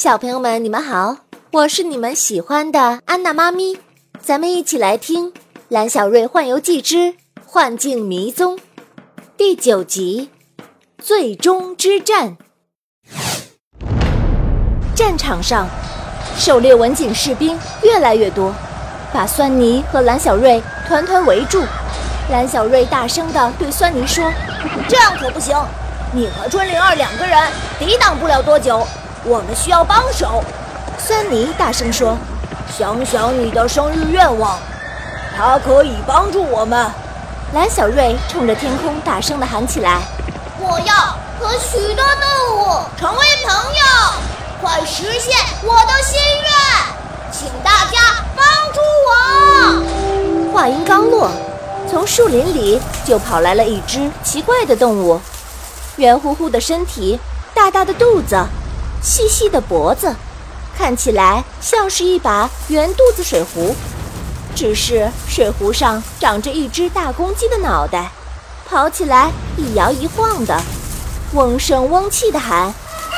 小朋友们，你们好，我是你们喜欢的安娜妈咪，咱们一起来听《蓝小瑞幻游记之幻境迷踪》第9集最终之战。战场上，狩猎文警士兵越来越多，把酸泥和蓝小瑞团团围住。蓝小瑞大声地对酸泥说： 这样可不行，你和春灵儿2个人抵挡不了多久，我们需要帮手。 酸泥大声说： 想想你的生日愿望，它可以帮助我们。 蓝小瑞冲着天空大声地喊起来： 我要和许多动物成为朋友，快实现我的心愿，请大家帮助我。 话音刚落，从树林里就跑来了一只奇怪的动物，圆乎乎的身体，大大的肚子，细细的脖子，看起来像是一把圆肚子水壶，只是水壶上长着一只大公鸡的脑袋，跑起来一摇一晃的，嗡声嗡气地喊：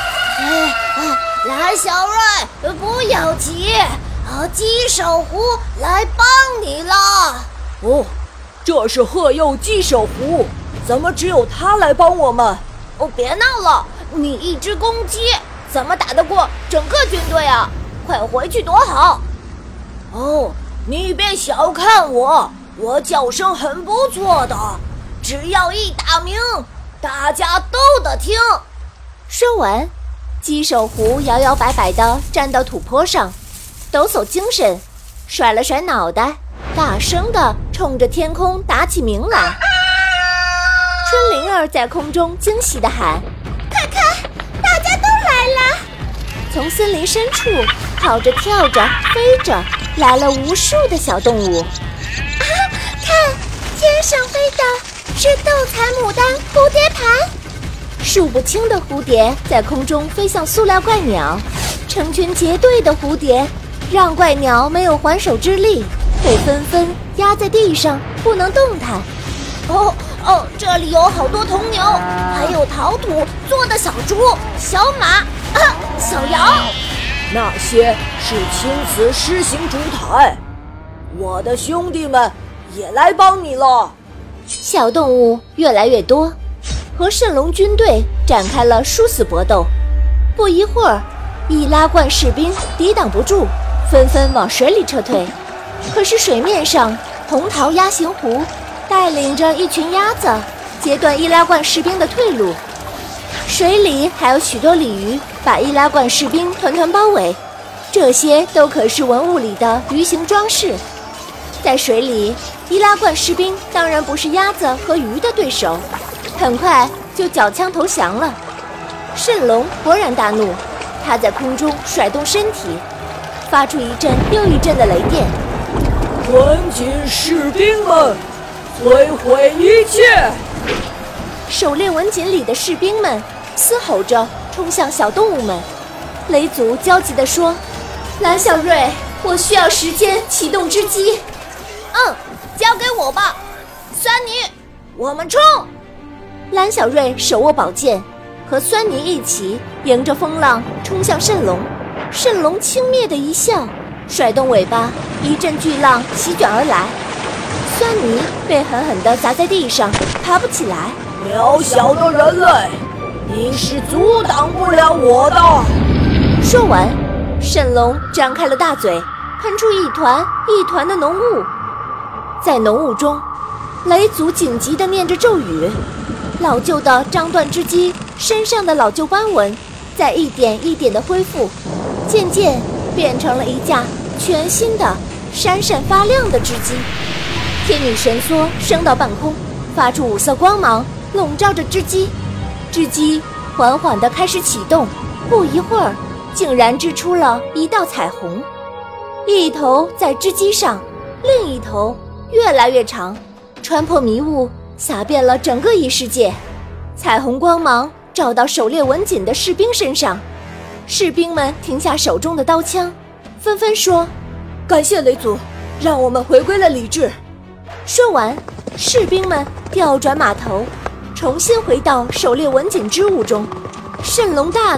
蓝小瑞，不要急，鸡手壶来帮你了。 哦，这是鹤佑鸡手壶，怎么只有他来帮我们？ 别闹了，你一只公鸡怎么打得过整个军队啊？快回去躲好。 你别小看我，我叫声很不错的，只要一打鸣，大家都得听。 说完，鸡手壶摇摇摆摆地站到土坡上，抖擞精神，甩了甩脑袋，大声地冲着天空打起鸣来。春灵儿在空中惊喜地喊： 快看，大家都来了！ 从森林深处跑着跳着飞着来了无数的小动物。 看，天上飞的是斗彩牡丹蝴蝶盘， 数不清的蝴蝶在空中飞向塑料怪鸟，成群结队的蝴蝶让怪鸟没有还手之力，被纷纷压在地上不能动弹。 这里有好多铜牛，还有陶土做的小猪、小马、小羊。 那些是青瓷狮形烛台，我的兄弟们也来帮你了。 小动物越来越多，和圣龙军队展开了殊死搏斗。不一会儿，易拉罐士兵抵挡不住，纷纷往水里撤退。可是水面上，红桃鸭形狐带领着一群鸭子截断易拉罐士兵的退路，水里还有许多鲤鱼把易拉罐士兵团团包围，这些都可是文物里的鱼形装饰。在水里，易拉罐士兵当然不是鸭子和鱼的对手，很快就缴枪投降了。圣龙勃然大怒，他在空中甩动身体，发出一阵又一阵的雷电。 赶紧士兵们，摧毁一切！ 狩猎文锦里的士兵们嘶吼着冲向小动物们。雷族焦急地说：蓝小瑞，我需要时间启动织机。 交给我吧。酸泥，我们冲！ 蓝小瑞手握宝剑，和酸泥一起迎着风浪冲向圣龙。圣龙轻蔑的一笑，甩动尾巴，一阵巨浪席卷而来。酸泥被狠狠地砸在地上，爬不起来。 渺小的人类，你是阻挡不了我的。 说完，圣龙张开了大嘴，喷出一团一团的浓雾。在浓雾中，雷族紧急地念着咒语，老旧的张断织机身上的老旧斑纹在一点一点地恢复，渐渐变成了一架全新的闪闪发亮的织机。天女神梭升到半空，发出5色光芒笼罩着织机。织机缓缓地开始启动，不一会儿竟然织出了一道彩虹，一头在织机上，另一头越来越长，穿破迷雾，洒遍了整个异世界。彩虹光芒照到狩猎文锦的士兵身上，士兵们停下手中的刀枪，纷纷说： 感谢雷族，让我们回归了理智。 说完，士兵们调转马头，重新回到狩猎文锦之雾中。圣龙大怒，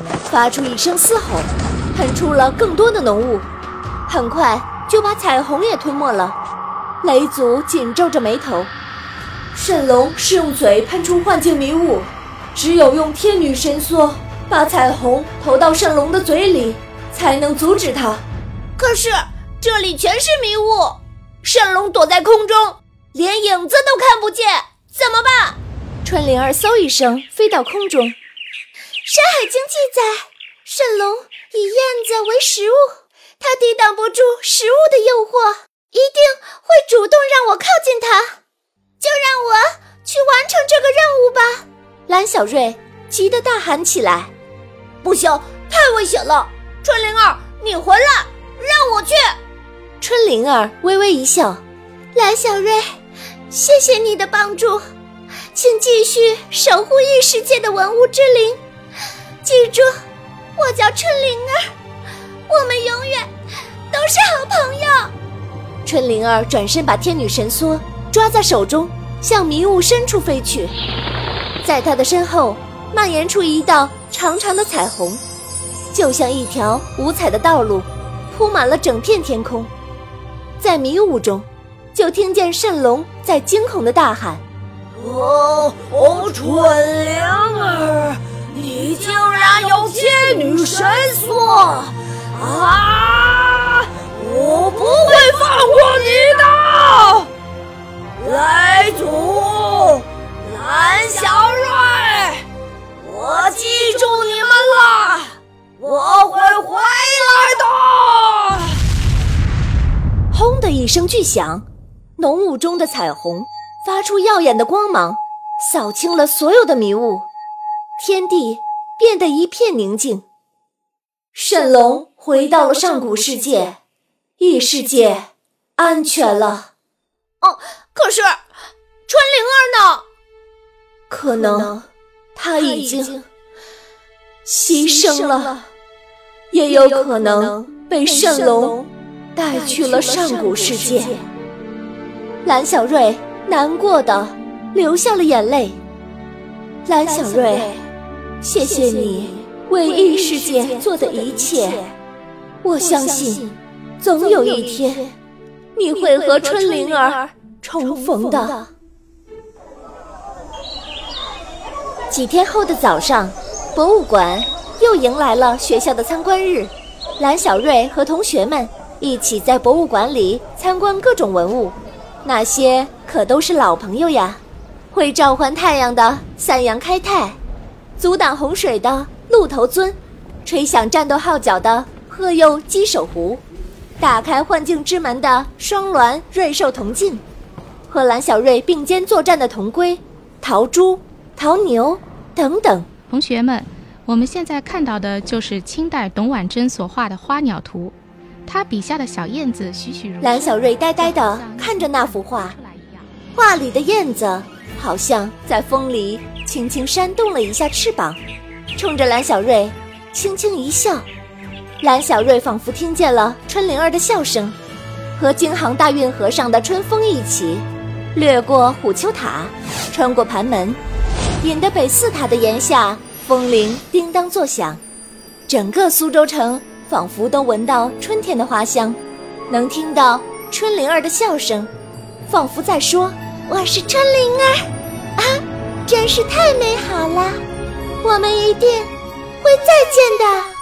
发出一声嘶吼，喷出了更多的浓雾，很快就把彩虹也吞没了。雷族紧皱着眉头，圣龙是用嘴喷出幻境迷雾，只有用天女神梭把彩虹投到圣龙的嘴里，才能阻止它。 可是这里全是迷雾，圣龙躲在空中，连影子都看不见，怎么办？ 春灵儿嗖一声飞到空中。 山海经记载，圣龙以燕子为食物，它抵挡不住食物的诱惑，一定会主动让我靠近它。就让我去完成这个任务吧！ 蓝小瑞急得大喊起来。 不行，太危险了！春灵儿，你回来，让我去！ 春灵儿微微一笑。 蓝小瑞，谢谢你的帮助，请继续守护异世界的文物之灵。记住，我叫春灵儿，我们永远都是好朋友。 春灵儿转身把天女神梭抓在手中，向迷雾深处飞去。在她的身后蔓延出一道长长的彩虹，就像一条五彩的道路，铺满了整片天空。在迷雾中，就听见圣龙在惊恐地大喊： 春灵儿，你竟然有天女神梭啊！我不会放过你的！雷族，蓝小瑞，我记住你们了，我会回来的！ 轰的一声巨响，浓雾中的彩虹发出耀眼的光芒，扫清了所有的迷雾，天地变得一片宁静。圣龙回到了上古世界，异世界安全了。 可是春灵儿呢？ 可能他已经牺牲了，也有可能被圣龙带去了上古世界。蓝小瑞难过的流下了眼泪。蓝小瑞，谢谢你为异世界做的一切，我相信总有一天你会和春灵儿重逢的。几天后的早上，博物馆又迎来了学校的参观日。蓝小瑞和同学们一起在博物馆里参观各种文物，那些可都是老朋友呀。会召唤太阳的三阳开泰，阻挡洪水的鹿头尊，吹响战斗号角的鹤佑鸡首狐，打开幻境之门的双鸾瑞兽铜镜，和蓝小瑞并肩作战的铜龟、陶猪、陶牛等等。 同学们，我们现在看到的就是清代董婉珍所画的花鸟图，他笔下的小燕子栩栩如生。 蓝小瑞呆呆地看着那幅画，画里的燕子好像在风里轻轻扇动了一下翅膀，冲着蓝小瑞轻轻一笑。蓝小瑞仿佛听见了春灵儿的笑声，和京杭大运河上的春风一起掠过虎丘塔，穿过盘门，引得北寺塔的檐下风铃叮当作响。整个苏州城仿佛都闻到春天的花香，能听到春灵儿的笑声，仿佛在说： 我是春灵儿啊，真是太美好了，我们一定会再见的。